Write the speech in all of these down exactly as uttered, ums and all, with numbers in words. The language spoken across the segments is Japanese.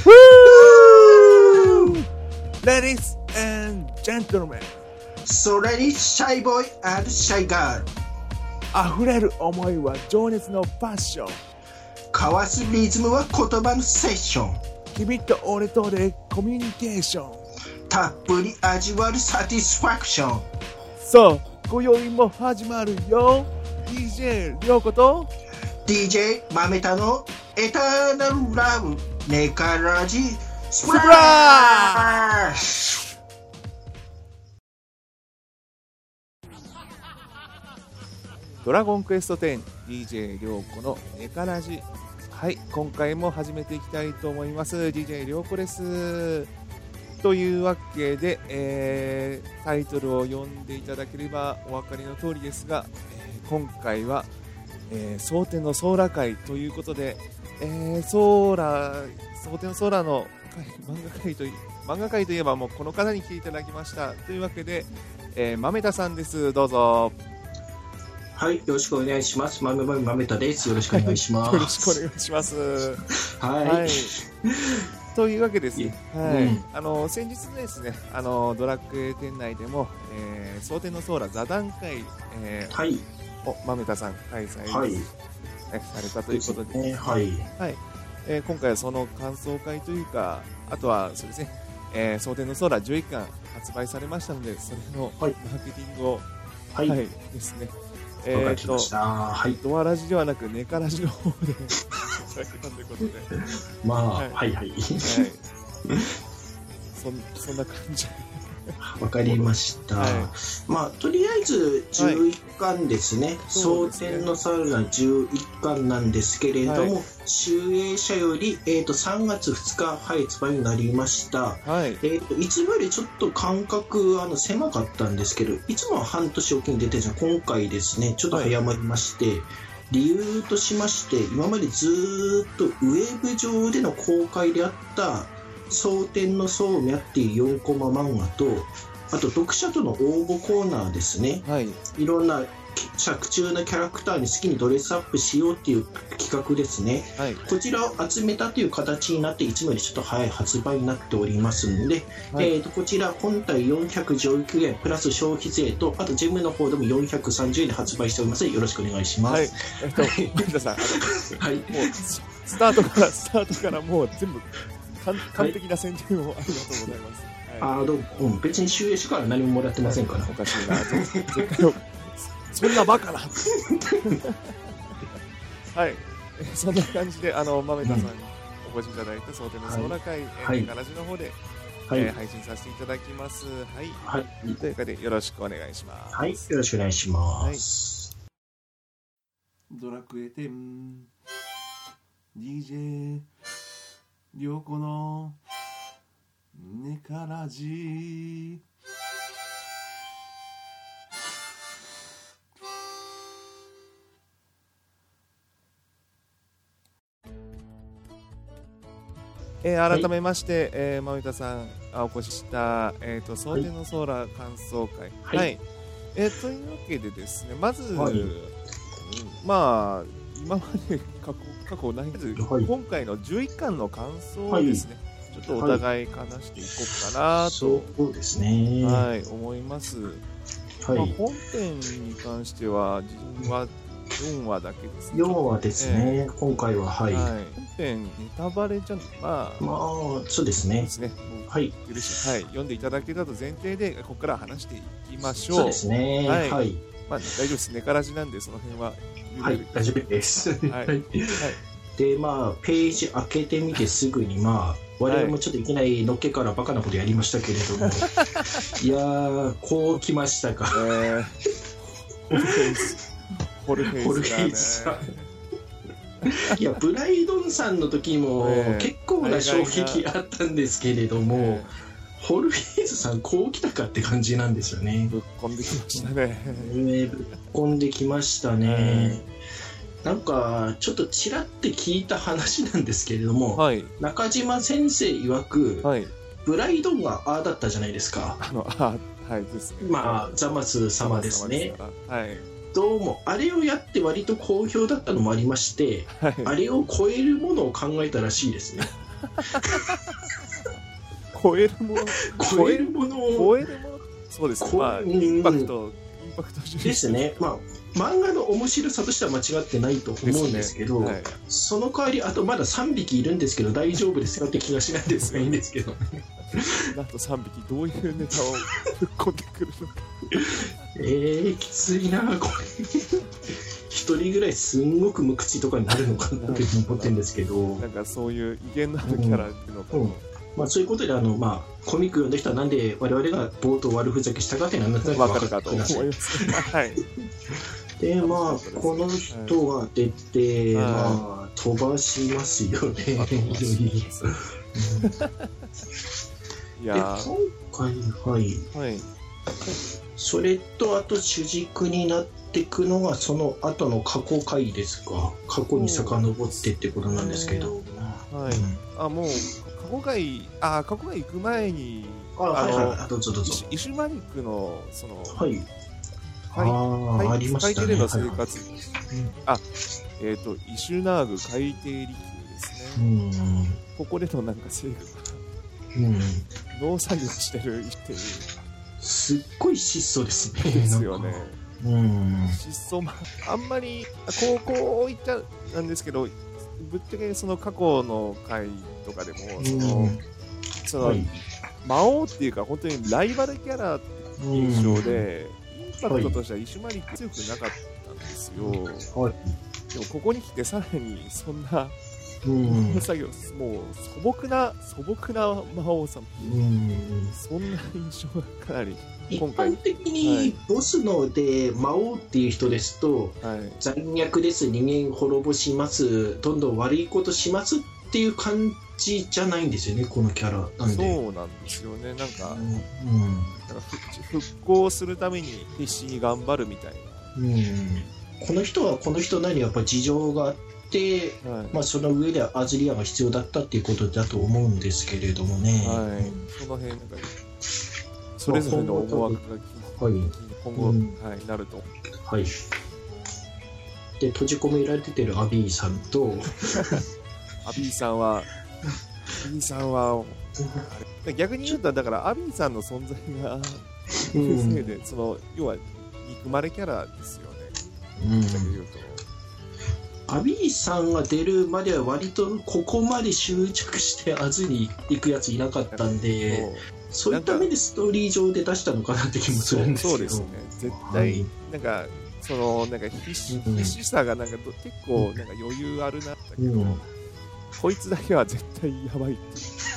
Ladies and gentlemen, So ladies, shy boy and shy girl, 溢れる思いは情熱のパッション。 交わすリズムは言葉のセッション。 君と俺とでコミュニケーション。 たっぷり味わうサティスファクション。 さあ、今宵も始まるよ。ディージェー りょうことディージェー 豆田のエターナルラブネカラジスプラッシュ。 ドラゴンクエストテン ディージェー りょうこのネカラジ。はい、今回も始めていきたいと思います。 ディージェー りょうこです。というわけで、えー、タイトルを読んでいただければお分かりの通りですが、えー、今回は、えー、蒼天のソーラ会ということで、えー、ソーラ蒼天のソーラの漫画界とい漫画界といえばもうこの方に来ていただきました。というわけで、えー、豆田さんです。どうぞ。 はい、よろしくお願いします。豆豆豆田です。よろしくお願いします。 よろしくお願いします。 はい、 はい、というわけですね。はい、 うん、 あの先日ですね、あのドラクエ店内でも、えー、蒼天のソーラ座談会、えー、 はい、 を豆田さん開催、 はい、 ね、されたということで、 ね、はい、 はい、えー、今回はその感想会というか、あとはそうですね、えー、蒼天のソーラじゅういっかん発売されましたので、それのマーケティングを、 はい、 はい、ですね。 えー、とはい、 ドアラジではなくネカラジの方でいただけたということで、 まあ、 はい、 はい、はい、はい、 そ, そんな感じ。 わかりました、はい、まあとりあえずじゅういっかんですね、蒼天、はい、のソーラじゅういっかんなんですけれども、はい、集英社より、えー、とさんがつふつか発売になりました、はい、えー、といつもよりちょっと間隔あの狭かったんですけど、いつもは半年おきに出てるんですが、今回ですねちょっと早まりまして、はい、理由としまして、今までずっとウェブ上での公開であった蒼天のソーメアっていうよんコマ漫画と、あと読者との応募コーナーですね、はい、いろんな作中のキャラクターに好きにドレスアップしようっていう企画ですね、はい、こちらを集めたという形になって、いつもよりちょっと早い発売になっておりますので、はい、えー、とこちら本体よんひゃくじゅうきゅうえんプラス消費税と、あとジェムの方でもよんひゃくさんじゅうえんで発売しておりますので、よろしくお願いします。はい、 えっと皆さん、はい、もうスタートからスタートからもう全部完璧な宣伝をありがとうございます。 はい、あどうも、うん、別に収益者から何ももらってませんから。 おかしいな、絶対そんなバカな。はい、そんな感じで、あの豆田さんにお越しいただいて、蒼天のソーラ会、はい、ネカラジの方で、はい、えー、配信させていただきます。はい、はい、というかでよろしくお願いします。 はい、よろしくお願いします。 はい、ドラクエテン ディージェー りょうこのネカラジ。えー、改めまして、はい、えー、豆田さんがお越しした、えーと、蒼天のソーラ感想会、はいはい、えー、というわけでですね、まず、はい、うん、まあ今まで過去過去ないず、はい、今回のじゅういっかんの感想をですね、はい、ちょっとお互い話していこうかなと、 はい、そうですね、 はい、思います。はい、まあ、本編に関しては自分はよんわだけですね。 よんわですね、えー、今回は、はい、はい、 本編ネタバレじゃまあ、 まあ、そうですね。 ですね。はい、許し、はい、読んでいただけたと前提でここから話していきましょう。 そうですね。はい。はい、 まあ大丈夫です。ネカラジなんでその辺ははい、大丈夫です。はい。はい、で、まあページ開けてみてすぐに、まあ我々もちょっといきなりのっけからバカなことやりましたけれども、はい、いやーこう来ましたか。えーホルフェイスだね。 いやブライドンさんの時も結構な衝撃あったんですけれども、えー、ホルフェイズさんこう来たかって感じなんですよね。 ぶっこんできましたね。 えー、ぶっこんできましたね。えー、なんかちょっとちらって聞いた話なんですけれども、はい、中島先生曰く、はい、ブライドンがああだったじゃないですか。 あのあはいですね。 まあザマス様ですね。 はい。 どうもあれをやって割と好評だったのもありまして、はい、あれを超えるものを考えたらしいですね。 超えるもの超えるもの超えるものそうですね、まあ、インパクト、インパクト重視ですね。まあ漫画の面白さとしては間違ってないと思うんですけど、ねはい、その代わりあとまださんびきいるんですけど大丈夫ですよって気がしないですがいいんですけどなんとさんびきどういうネタをぶっ込んでくるのかえー、きついなこれひとりぐらいすんごく無口とかになるのかなって思ってるんですけどなんかそういう威厳のあるキャラっていうのか、うんうんまあ、そういうことであの、まあ、コミック読んだ人はなんで我々が冒頭悪ふざけしたかっていうのは何となく分かるかと思います。はいでまあこの人が出て、はい、まあ飛ばしますよね。 いやで今回はい、はい、それとあと主軸になっていくのがその後の過去回ですか。過去に遡ってってことなんですけど、 はい、うん、あもう過去回あ過去回行く前にああの、はいはい、どうぞどうぞイシュマリックのそのはい海あありましたね。 海底での生活、はいはい、あえっ、ー、とイシュナーグ海底離宮ですね。うんここでのなんか生活が、うん、農作業してるっていうすっごい質素ですね。 ですよね。 うん質素まあんまり高校行ったなんですけどぶっちゃけその過去の回とかでもその、うん、その、はい、魔王っていうか本当にライバルキャラっていう印象で、うん、インパクトとしてはイシュマリック強くなかったんですよ、はい、でもここに来てさらにそんな農作業もう素朴な素朴な魔王様、うん、そんな印象がかなり一般的にボスので魔王っていう人ですと、はい、残虐です人間滅ぼしますどんどん悪いことしますっていう感じじゃないんですよねこのキャラなんで。 そうなんですよね。なんか、うん、なんか復興するために必死に頑張るみたいな、 うん、この人はこの人なりにやっぱ事情があってではいまあ、その上でアズリアが必要だったっていうことだと思うんですけれどもね、 はい、その辺なんかそれぞれの思惑が、はい、今後、うんはい、なると、 はい、で閉じ込められてるアビーさんとアビーさんはアビーさんは逆に言うとだからアビーさんの存在がせいで、うん、その要は憎まれキャラですよね、うん、だけ言うとアビーさんが出るまでは割とここまで執着してアズに行くやついなかったんでそういった目でストーリー上で出したのかなって気もするんですけど。 そうですね絶対、はい、なんかそのなんか必死、うん、必死さがなんか結構なんか余裕あるなだけど、うん、こいつだけは絶対やばいって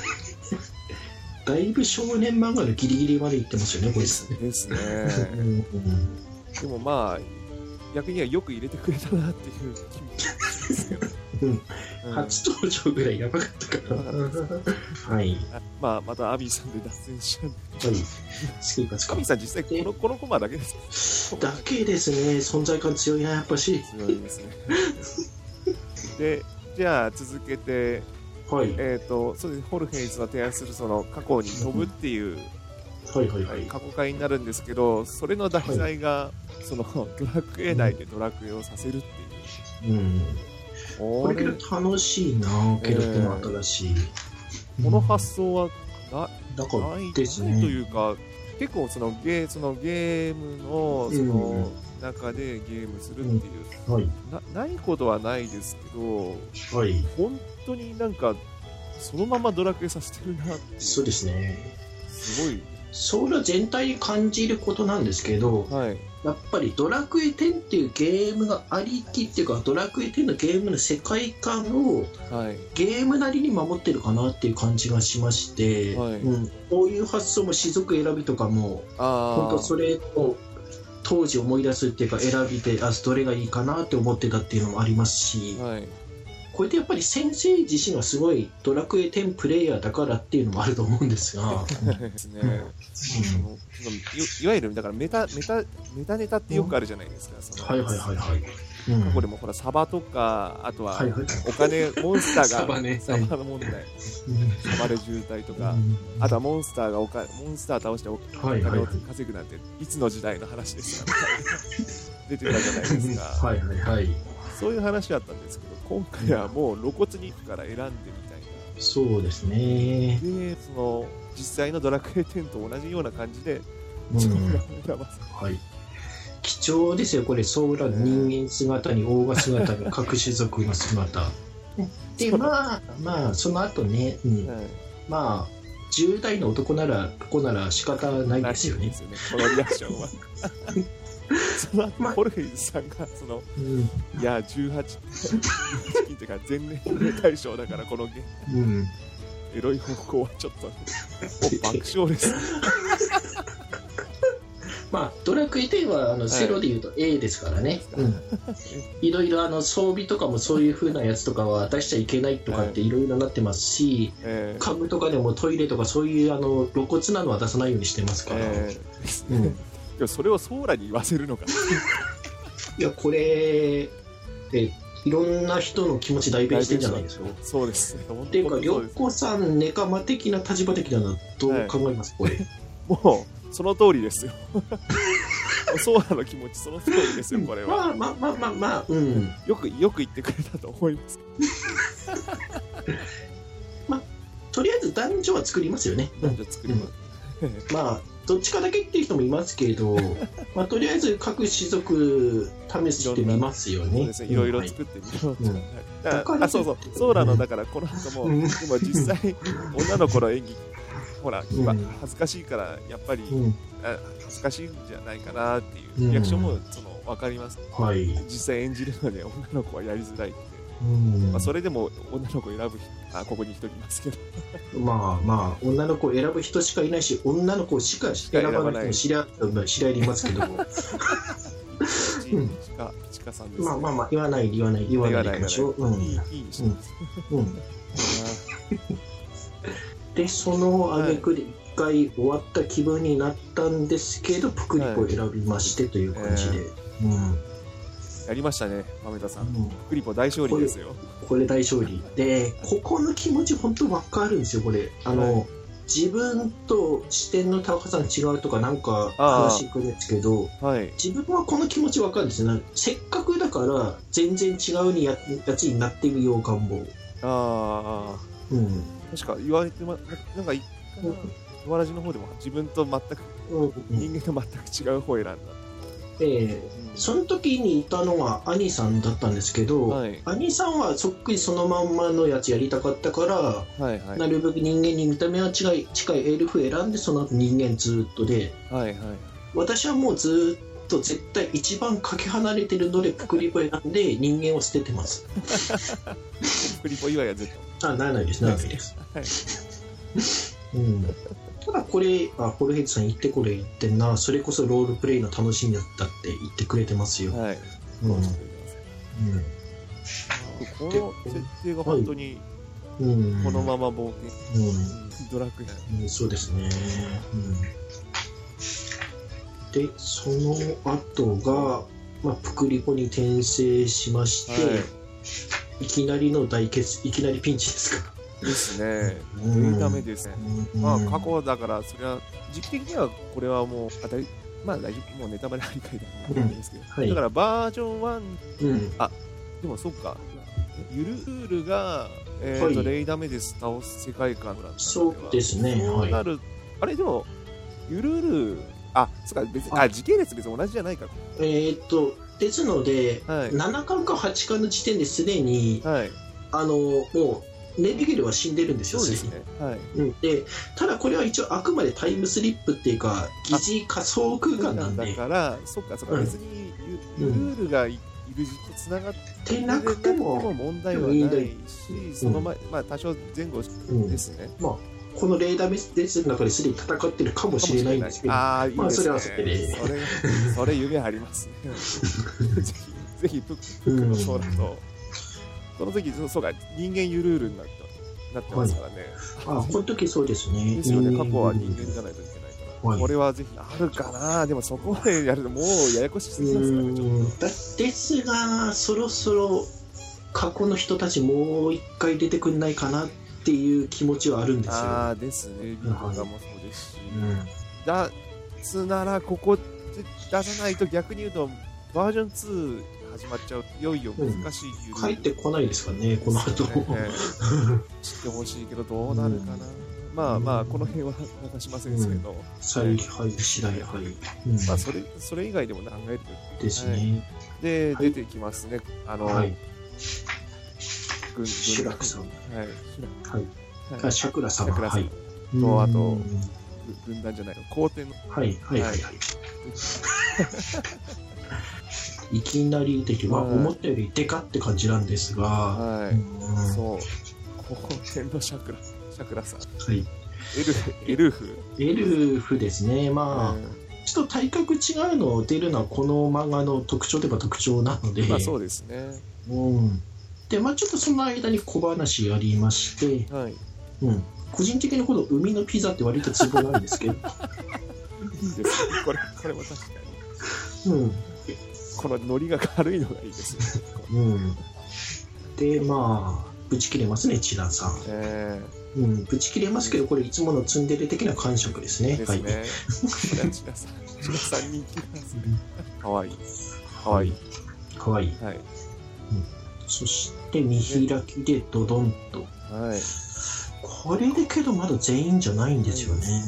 だいぶ少年漫画のギリギリまでいってますよねこいつですねうん、でもまあ逆にはよく入れてくれたなっていう気もしますよ、うんうん、 初登場ぐらいやばかったからはいまあまたアビーさんで脱線しちゃうはいスキーパチかアビーさん実際このこのコマだけですだけですね存在感強いなやっぱし強いですねでじゃあ続けてはいえっ、ー、とそうですホルヘイズが提案するその過去に飛ぶっていう、うんはいはいはい、 過去回になるんですけどそれの題材が、はい、そのドラクエ内でドラクエをさせるっていう、うん、 これけど楽しいなけどっての新しい、 えー、この発想はなだからないですねないというか結構そのゲー、そのゲームのその中でゲームするっていう、うんはい、なないことはないですけど、はい、本当になんかそのままドラクエさせてるなっていう。 そうですねすごいそれは全体に感じることなんですけど、はい、やっぱりドラクエテンっていうゲームがありきっていうかドラクエテンのゲームの世界観をゲームなりに守ってるかなっていう感じがしまして、はいうん、こういう発想も種族選びとかも本当それを当時思い出すっていうか選びであどれがいいかなって思ってたっていうのもありますし、はいこれでやっぱり先生自身はすごいドラクエテンプレイヤーだからっていうのもあると思うんですがですね、うん、そのい, いわゆるだからメタメタメタネタってよくあるじゃないですか、そのはいはいはいはい、 うん、過去でもほらサバとかあとはお金モンスターがサバ、ね、サバの問題、はい、サバで渋滞とか、うん、あとはモンスターがおかモンスター倒してお金を稼ぐなんていつの時代の話ですかみたいな出てたじゃないですかはいはいはいそういう話だったんですけど今回はもう露骨に行くから選んでみたいな、 そうですね。 で、その実際のドラクエテンと同じような感じで、 うん、 ソーラを選ばせる。 はい。貴重ですよ、これ、ソーラの人間姿に、オーガ姿に、各種族の姿。で、まあ、まあ、その後ね、うん、はい、まあ、じゅう代の男なら、子なら仕方ないですよね。 ですよね、このリアクションは。その後、ホルヘイズさんが、その、うん、いや、じゅうはち金というか、全年齢対象だから、このゲーム、うん、エロい方向はちょっと、爆笑です。 まあ、ドラクエテンはあのゼロでいうと A ですからね、はい、うん、いろいろあの装備とかもそういう風なやつとかは出しちゃいけないとかっていろいろなってますし、えー、家具とかでもトイレとかそういうあの露骨なのは出さないようにしてますから、えーうん、いやそれをソーラに言わせるのかいやこれえいろんな人の気持ち代弁してるんじゃないですか。 そうです。 っていうか、りょうこさん、ネカマ的な立場的なのはどう考えます、はい、これ。 もう、その通りですよ。ソーラの気持ち、その通りですよ、これは。 まあまあまあまあまあ、うん。 よく、よく言ってくれたと思います。 まあ、とりあえず男女は作りますよね。 男女作ります。 うん、まあ、どっちかだけっていう人もいますけど、まあ、とりあえず各種族試してみますよね。 そうですね、いろいろ作ってみようと。だからあ、そうそう、ソーラのだからこの後も、うん、でも実際女の子の演技、ほら、うん、恥ずかしいからやっぱり、うん、あ恥ずかしいんじゃないかなっていうリアクションもその分かります、 うんはい、 実際演じるので女の子はやりづらいって、うんまあ、それでも女の子選ぶ人あここに一人いますけどまあまあ女の子を選ぶ人しかいないし女の子しか選ばない人も知り合知り合いますけどもまあまあまあ言わない言わない言わないでいきましょう。いいにしてます。でその挙句で一回終わった気分になったんですけど、プクリポを選びましてという感じで、うん、 やりましたね、豆田さん。プクリポ大勝利ですよ。 これ大勝利で、ここの気持ち本当分かるんですよ。これあの、はい、自分と視点の高さが違うとかなんか話くるんですけど、はい、自分はこの気持ち分かるんですよね。せっかくだから全然違うに や, やつになってみよう願望。 ああ、うん、確か言われて、ま、なんか友達の方でも自分と全く、うん、人間と全く違う方を選んだ。 えーうん、その時にいたのは兄さんだったんですけど、はい、兄さんはそっくりそのまんまのやつやりたかったから、はいはい、なるべく人間に見た目は近い近いエルフ選んでその後人間ずっとで、はいはい、私はもうずっと絶対一番かけ離れてるのでプクリポ選んで人間を捨ててますプクリポ以外はずっとあならないですならないです、はいうんただこれあホルヘイズさん言ってこれ言ってんな、それこそロールプレイの楽しみだったって言ってくれてますよ。はい。うん。うん、 この設定が本当にこのまま冒険、うん、ドラクエ、 うん、そうですね。うん、でその後がまあプクリポに転生しまして、はい、いきなりの大決いきなりピンチですか。 ですね。データ目ですね。まあ過去だからそれは時期的にはこれはもう当たりまあ大丈夫もうネタバレありかいだと思うんですけど、うんはい、だからバージョンワン、うん、あでもそっかゆるーるがえっ、ー、と、はい、レイダメデス倒す世界観だった。 そうですね。 そうなる、はい、あれでもゆるーるあそうか別にあ時系列別に同じじゃないか。 えー、っとですので、はい、ななかんかはちかんの時点ですでに、はい、あのもうネビゲルは死んでるんですよ。 そうですね。はい。 うん、で、ただこれは一応あくまでタイムスリップっていうか疑似仮想空間なんで。 だからそっかそっか、うん、別にルールがいる時とつながってなくても問題はないし、うん、その前まあ多少前後ですね。 うん、まあこのレーダーメスデスの中ですでに戦ってるかもしれないんですけど、 ああいいですね。 まあそれはそれで、 それそれ夢ありますね。ぜひぜひプックのソーラと。その時そうか人間ゆるーるになったなってますからね。 はい、あこの時そうですね。 ですよね。過去は人間じゃないといけないから。はい、これはぜひあるかな。でもそこまでやるともうややこしすぎますからね。ちょっとですがそろそろ過去の人たちもう一回出てくんないかなっていう気持ちはあるんですよ。 ああですね。リンゴがもそうですし、うん、出すならここ出さないと逆に言うとバージョンツー始まっちゃうといよいよ難しいゆる、うん、帰ってこないですかねこの後、ね、 知ってほしいけどどうなるかな、うん、まあまあこの辺は流しませんですけど、うん、 再配次第はい、うん、 まあそれそれ以外でも考えるとですね、はい、 で、はい、出てきますねあの、はい、 シュラクさん、はいはいはい、あシャクラ様、 はい、とあと軍団じゃないの皇帝のはいはいはいはいいきなり出てきて、はい、思ったよりでかって感じなんですが、 はい、うん、そう皇帝のシャクラシャクラさん、 はい、 エルフエルフエルフですね。まあ、うん、ちょっと体格違うの出るのはこの漫画の特徴といえば特徴なので、 まあそうですね。 うん。で、まあちょっとその間に小話ありまして、 はい。 うん。個人的にこの海のピザって割とツボなんですけど。いいですね。これこれも確かに。うん。 この海苔が軽いのがいいですね。 うん。で、まあぶち切れますね、千田さん。 えー、うん、ぶち切れますけど、これいつものツンデレ的な感触ですね。 ですね。はい。千田さん、千田さん人気なんですね。可愛い。可愛い。 可愛い。 はい。うん、 そして見開きでドドンと。 はい。 これでけどまだ全員じゃないんですよね。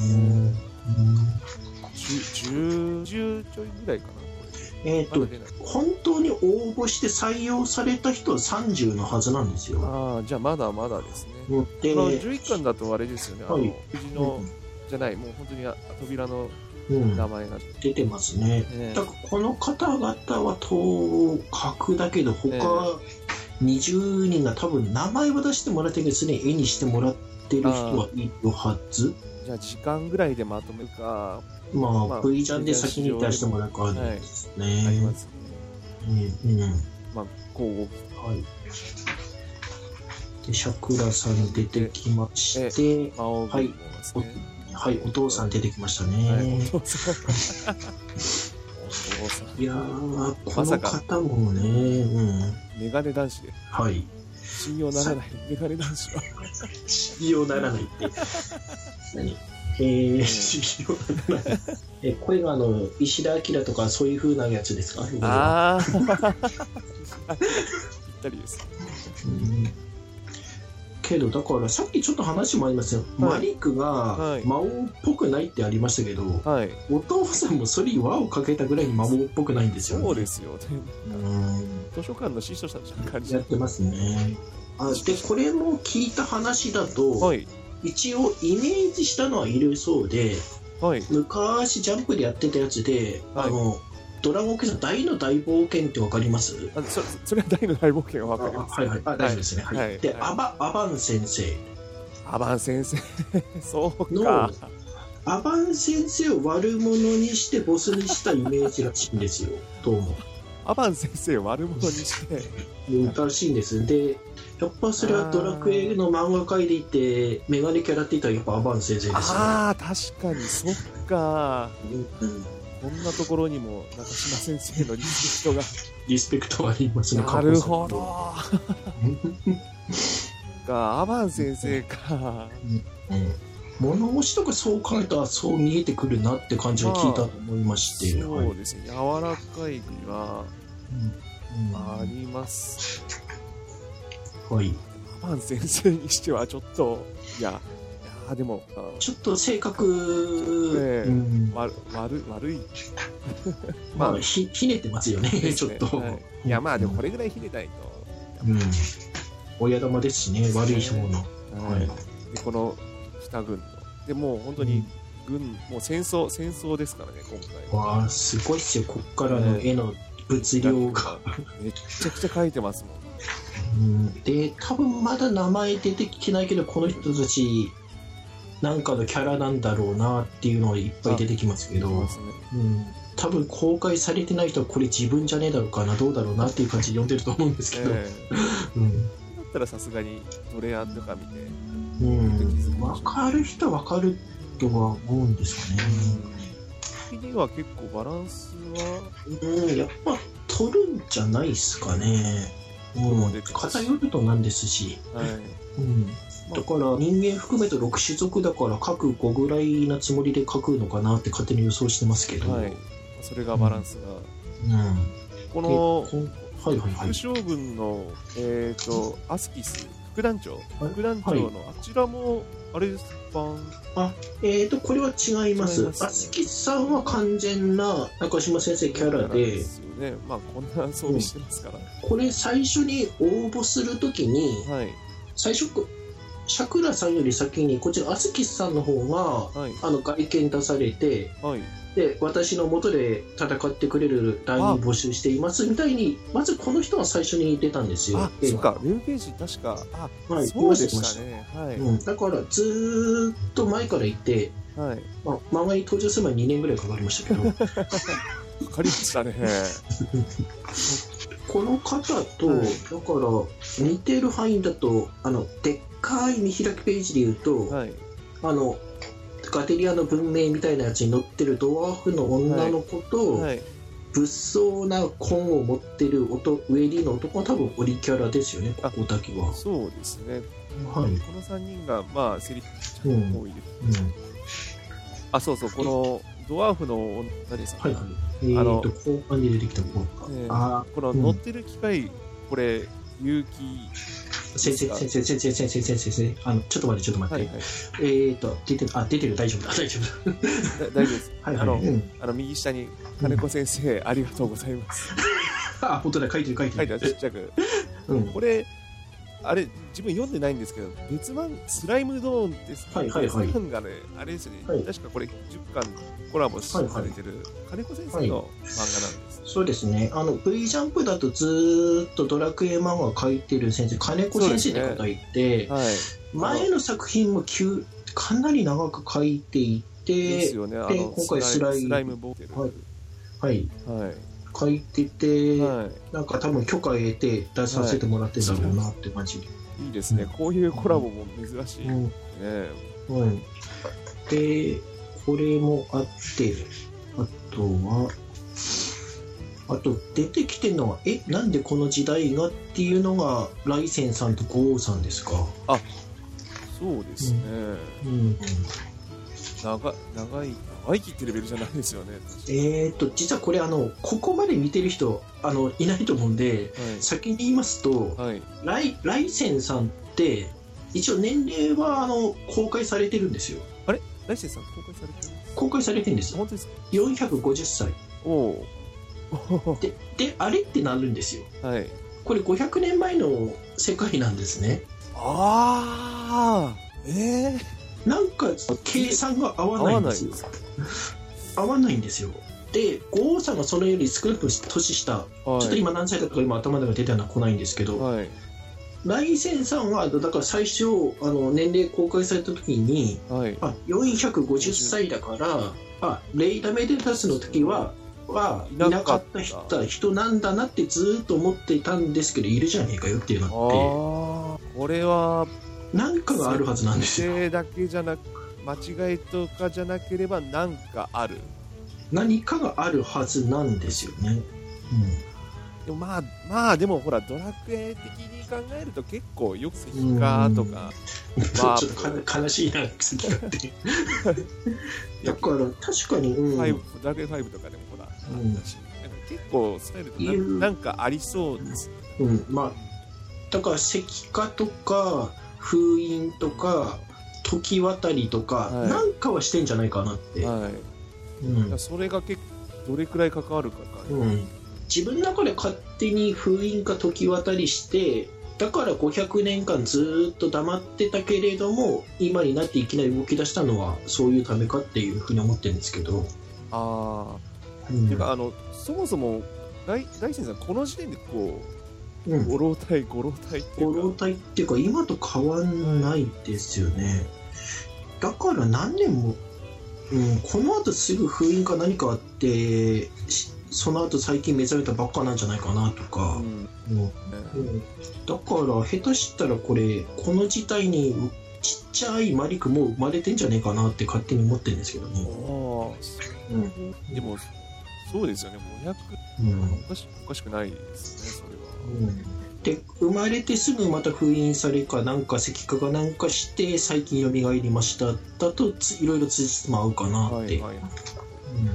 じゅう、じゅうちょいぐらいかな。 えーと、本当に応募して採用された人はさんじゅうのはずなんですよ。 ああ、じゃあまだまだですね。で、このじゅういっかんだとあれですよね。はい、あの藤の、うん、じゃない、もう本当に扉の名前が、うん、 出てますね。ね、だからこの方々は当格だけど、他にじゅうにんが多分名前は出してもらってるけど、すでに絵にしてもらってる人はいるはず。 じゃあ時間ぐらいでまとめるか。 まあ、まあ、V ジャンで先に出してもらうかですね。はい、ありますね。うん。 まあ、こう。はい。で、シャクラさん出てきまして、はい、はい、お父さん出てきましたね。 はい、お父さん。お父さん。いやー、この方もね、うん。 メガネ男子で。 はい。 信用ならない、メガネ男子は。 信用ならないって。何えー、信用ならない。え、これがあの、石田明とかそういう風なやつですか？ ああ。ぴったりです。 うんけどだからさっきちょっと話もありましたよ、はい、マリックが魔王っぽくないってありましたけど、はい、お父さんもそれに輪をかけたぐらいに魔王っぽくないんですよね。 そうですよね。うん図書館の司書者の感じやってますね。あでこれも聞いた話だと、はい、一応イメージしたのはいるそうで、はい、昔ジャンプでやってたやつで、はい、あのドラゴンクエスト大の大冒険ってわかります？ あ そ, それは大の大冒険はわかります。 はいはい。あ、大丈夫ですね。はい。はい、で、はい、アバアバン先生。 アバン先生そうか。 アバン先生を悪者にしてボスにしたイメージらしいんですよ。どうも。 アバン先生を悪者にしてらしいんです。で、やっぱそれはドラクエの漫画界でいてメガネキャラって言ったらやっぱアバン先生ですよね。 ああ確かにそっか。うんこんなところにも中島先生のリスペクトがリスペクトありますね。 なるほどがアバン先生か、 うんうん、物腰とかそう考えたらそう見えてくるなって感じが聞いたと思いまして、 まあ、そうですね、はい、柔らかい美はあります、 うんうん、はい。 アバン先生にしてはちょっといやあでもちょっと性格、 ねうん、悪, 悪, 悪いまあ ひ, ひねってますよね、ねちょっと、 はい、いやまあでもこれぐらいひねないと、 うん、親玉ですしね、悪い人の、 はい、でこの北軍のでもう本当に軍、うん、もう戦争戦争ですからね今回。わあすごいっすよ、こっからの絵の物量が、 めっちゃくちゃ描いてますもん、 うん、で多分まだ名前出てきてないけどこの人たちなんかのキャラなんだろうなっていうのがいっぱい出てきますけど、ねうん、多分公開されてない人はこれ自分じゃねえだろうかなどうだろうなっていう感じで読んでると思うんですけど、えーうん、 だったらさすがにドレアンとか見て、 うん、分かる人は分かるとは思うんですよね。 的には結構バランスは、 うん、やっぱ取るんじゃないですかね、うん、偏るとなんですし、はいうんだから人間含めてろく種族だから各ごぐらいなつもりで書くのかなって勝手に予想してますけど、はい、 それがバランスが、うんうん、このはいはいはい。 副将軍の、えー、とアスキス副団長副団長の、はい、あちらもあれです版あえーとこれは違います。 違いますね、 アスキスさんは完全な中島先生キャラでですよね。まあこんな装備してますから、うん、 これ最初に応募するときに、はい、最初シャクラさんより先にこちらアスキスさんの方が、はい、あの外見出されて、はい、で私の元で戦ってくれる団員募集していますみたいにまずこの人は最初に出たんですよ。 あ、そっか、ウェブページ確かあ、はい、そうでしたね、はい、 うん、だからずーっと前からいて、はい、まあ、漫画に登場する前ににねんぐらいかかりましたけどかかりましたねこの方と、はい、だから似てる範囲だとあのでっかい見開きページで言うと、はい、あのガテリアの文明みたいなやつに載ってるドワーフの女の子と、はいはい、物騒な紺を持ってるウェリーの男は多分オリキャラですよね、ここだけは。 そうですね、はい、このさんにんがまあセリフ多いです、うんうん、あ、そうそう、このドワーフの何ですか、はいはい、 えー、あの後半に出てきた子、 えー、あこの乗ってる機械、うん、これ結城先生先生先生先生先生先生あのちょっと待ってちょっと待って、はいはい、えーと出てるあ出てる大丈夫だ大丈夫だ大丈夫ですはい、はい、あの、うん、あの右下に金子先生、うん、ありがとうございますあ本当だ書いてる書いてる書いてるちっちゃく、うん、これあれ自分読んでないんですけど別版スライムドーンですか、はいはいはい、別版がねあれですね、はい、確かこれじゅっかんコラボされてる、はいはい、金子先生の漫画なんです、 はい、そうですね、あの V ジャンプだとずーっとドラクエ漫画描いてる先生金子先生って方いて、ね、はい、前の作品も急かなり長く描いていてですよね、あので今回スライム、 スライムボーテル、 はいはいはい書いてて、はい、なんか多分許可を得て出させてもらってんだろうなって感じで、はい、 いいですね、うん、こういうコラボも珍しい、うんねうん、でこれもあってあとはあと出てきてるのはえなんでこの時代がっていうのがライセンさんとゴーさんですか。 あそうですね、うんうんうん、長長い長生きってレベルじゃないですよね。 えー、っと実はこれあのここまで見てる人あのいないと思うんで、はい、先に言いますと、はい、ライライセンさんって一応年齢はあの公開されてるんですよ。 あれライセンさん公開されてるんですか。公開されてるんです。 本当ですか。 よんひゃくごじゅっさい。おでであれってなるんですよ、はい、これごひゃくねんまえの世界なんですね。 ああえー、なんか計算が合わないんですよ。合わないんですよ。でゴーさんがそのより少なく年下、はい、ちょっと今何歳だとか今頭の中に出たのは来ないんですけど、はい、ライセンさんはだから最初あの年齢公開された時に、はい、あよんひゃくごじゅっさいだからあレイダメデタスの時ははいなかった人, 人なんだなってずっと思っていたんですけどいるじゃねえかよっていうのってあこれは何かがあるはずなんですよ。 設定だけじゃなく間違いとかじゃなければ何かある何かがあるはずなんですよね、うん、 でもまあまあでもほらドラクエ的に考えると結構よく石化とか、 まあ、ちょっと悲しいな石化ってだから確かに、うん、 ドラクエファイブとかでもほら、うん、結構スタイルと な, なんかありそうです、 うん、まあだから石化とか封印とか時渡りとか、はい、なんかはしてんじゃないかなって、はいうん、 それが結構どれくらい関わるかか、 うん、自分の中で勝手に封印か時渡りしてだからごひゃくねんかんずっと黙ってたけれども今になっていきなり動き出したのはそういうためかっていうふうに思ってるんですけどああ、うん、ていうかあのそもそも大大先生この時点でこう五老体五老体っていうか五老体っていうか今と変わんないですよね、うん、だから何年も、うん、この後すぐ封印か何かあってその後最近目覚めたばっかなんじゃないかなとか、うんうんうん、だから下手したらこれこの事態にちっちゃいマリクも生まれてんじゃねえかなって勝手に思ってるんですけどね。 あ、うん、でもそうですよねごひゃく、うん、おかし、おかしくないですねそれは。 うん、で生まれてすぐまた封印されかなんか石化がなんかして最近蘇りましただといろいろ通じつも合うかなって、はいはいうん、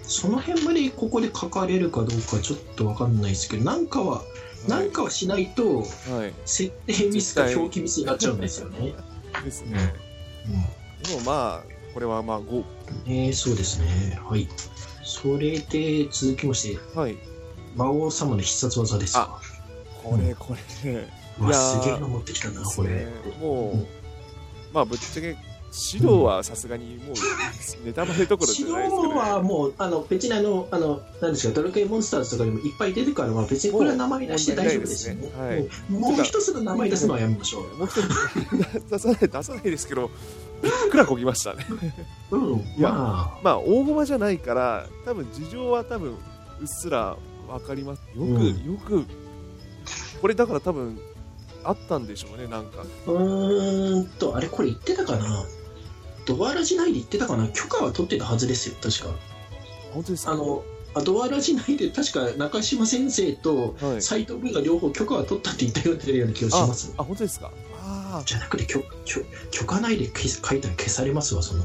その辺までここで書かれるかどうかちょっと分かんないですけど、なんかは、はい、なんかはしないと、はい、設定ミスか表記ミスになっちゃうんですよね。 ですね、うん、でもまあこれはまあご、 えー、そうですね。はい。それで続きまして、はい、魔王様の必殺技ですか。 これこれ、 うん、いやすげえの持ってきたな、これ。 もう、うん、まあぶっちゃけ指導はさすがにもうネタバレどころじゃないですけど、ね、 指導はもうあの別にあのあの何ですか、ドラクエモンスターズとかにもいっぱい出てからは別にこれは名前出して大丈夫ですよね。はい、もう、もう一つの名前出すのはやめましょう。 もう一つ出さない出さないですけど、びっくらこぎましたね。うん、いやまあ、まあ大駒じゃないから多分事情は多分うっすらわかります。よく、うん、よくこれだから多分あったんでしょうね、なんか。 うーんとあれこれ言ってたかな。ドアラジ内で言ってたかな。許可は取ってたはずですよ、確か。 本当ですか。 あのドアラジ内で確か中島先生と斎藤君が両方許可は取ったって言ったような気がします。 あ、あ本当ですか。あじゃなくて許許許可内で書いたら消されますわ、その。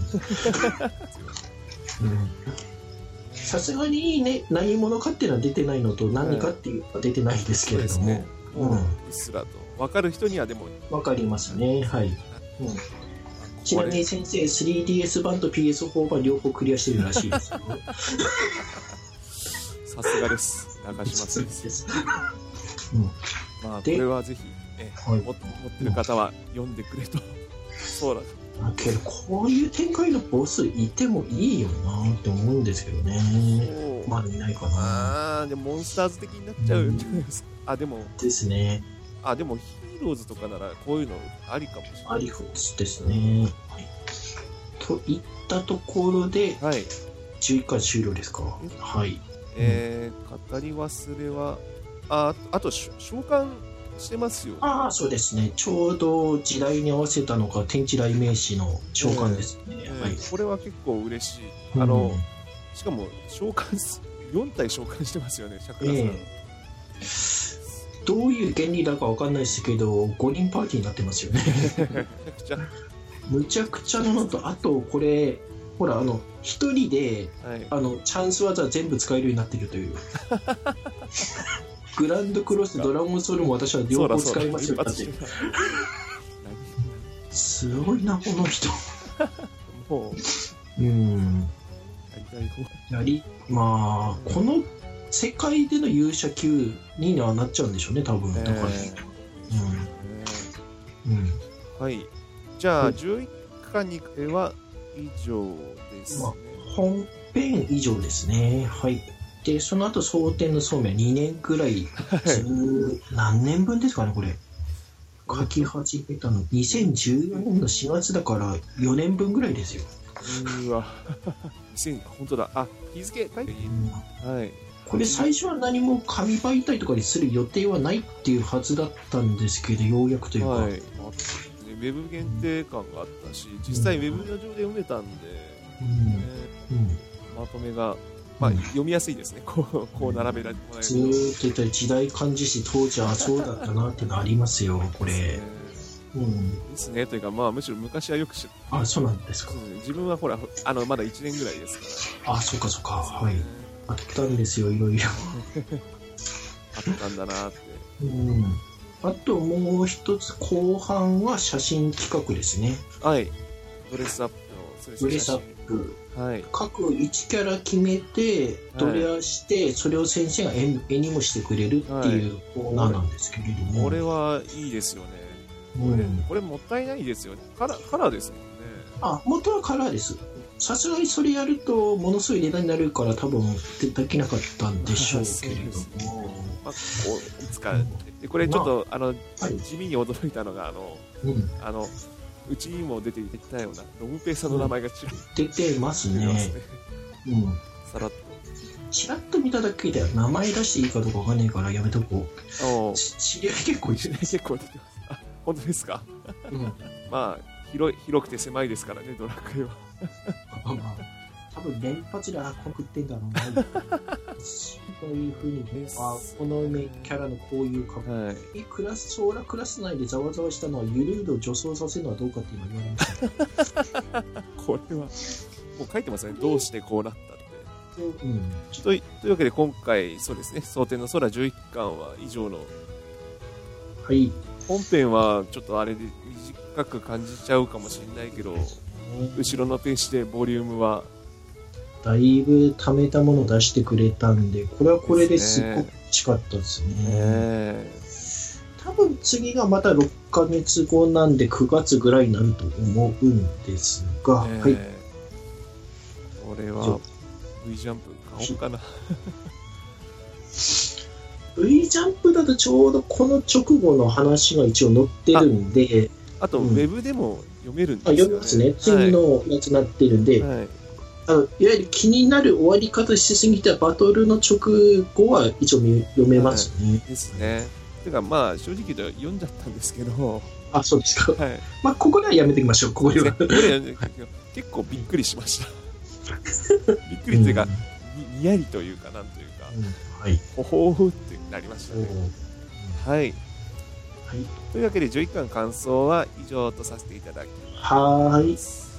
さすがにね、何者かっていうのは出てないのと、何かっていうのは出てないですけれども、はい、 うん、うっすらと分かる人にはでも分かりますね。はい、うん、ちなみに先生 スリーディーエス 版と ピーエスフォー 版両方クリアしてるらしいですよ。 さすがです、中島先生。うん、まあこれはぜひ、ね、はい、持ってる方は読んでくれと。そうだけどこういう展開のボスいてもいいよなって思うんですけどね。まだいないかな。 あでもモンスターズ的になっちゃうんじゃないですか。うん、あでもですね。 あでもヒーローズとかならこういうのありかもしれない。 ありですね。はい、といったところで、はい、じゅういっかん終了ですか。はい。 えー、語り忘れはああと召喚してますよ。 ああそうですね。ちょうど時代に合わせたのが天地雷鳴士の召喚ですね。えーえーはい、 これは結構嬉しい。あの、うん、しかも召喚よん体召喚してますよね、シャクラさん。えー、どういう原理だかわかんないですけど、ごにんパーティーになってますよね。むちゃくちゃなのと、あとこれほらあのひとりで、はい、あのチャンス技全部使えるようになってるという。グランドクロス、ドラゴンソウルも私は両方使いますよって。すごいなこの人。もう、うん、やりまあこの世界での勇者級にはなっちゃうんでしょうね、多分。だから、えーうんうん、はい。じゃあじゅういっかんには以上ですね。まあ、 本編以上ですね。はい。でその後蒼天の宗明にねんくらい、何年分ですかねこれ書き始めたのにせんじゅうよねんのしがつだからよねんぶんぐらいですよ。 うわ本当だ。あ日付書いていい、うん、はい。 これ最初は何も紙媒体とかにする予定はないっていうはずだったんですけど、ようやくというか、はい、ウェブ限定感があったし、実際ウェブ上で読めたんで、うんねうん、まとめがまあ、読みやすいですね。こう、こう並べられてもらえると。 ずーっと言ったら時代感じし、当時はそうだったなっていうのありますよ、これ。ですね。 うん、ですね。というか、まあ、むしろ昔はよく知って。 あ、そうなんですか。 自分はほら、あの、まだいちねんぐらいですから。あ、そうかそうか。はい。あったんですよ、いろいろ。 あったんだなって。 うん。あともう一つ、後半は写真企画ですね。 はい。ドレスアップの、 ドレスアップ。はい、各いちキャラ決めてドレアして、はい、それを先生が 絵, 絵にもしてくれるっていうコーナーなんですけれども、 これはいいですよね、うん、これ, これもったいないですよね。カラー、カラーですもんね。 あ、元はカラーです。さすがにそれやるとものすごい値段になるから多分できなかったんでしょうけれども、 まあ、こういつかでこれちょっと、まあ、あの、はい、地味に驚いたのがあの、うん、あのうちにも出ていたようなロムペイさんの名前がちらっと出てますね。うん、 さらっとちらっと見ただけで名前出していいかどうかわかんないからやめとこう。知り合い結構いる。 結構出てます。あ、本当ですか。うん、まあ広い広くて狭いですからね、ドラクエは。 まあまあ多分連発であこ食ってんだろうな。こういう風に、あこのキャラのこういう格好、はい、クラスソーラクラス内でざわざわしたのはゆるい度助走させるのはどうかって今言われました。 これはもう書いてますね。どうしてこうなったって。 うん、 と, というわけで今回そうですね、蒼天の空じゅういっかんは以上の、 はい、 本編はちょっとあれで短く感じちゃうかもしれないけど、後ろのページでボリュームはだいぶ貯めたものを出してくれたんで、これはこれですごく欲しかったですね。 ね、 多分次がまたろっかげつごなんでくがつぐらいになると思うんですが、 ね、 はい。 これは V ジャンプ買おうかな。 V ジャンプだとちょうどこの直後の話が一応載ってるんで、 あ, あと、うん、ウェブでも読めるんですよね。 あ、読みますね。次のやつになってるんで、はい、あのいわゆる気になる終わり方しすぎたバトルの直後は一応読めますね。 はい、ですね。てかまあ正直言うと読んじゃったんですけど。 あ、そうですか。 はい、 まあここではやめておきましょう。ここでは。これ結構びっくりしました。びっくりというか、うん、にやりというかなんというか、 うん、はい、 ほほーってなりましたね。はい、はい。 というわけでじゅういっかん感想は以上とさせていただきます。 はい。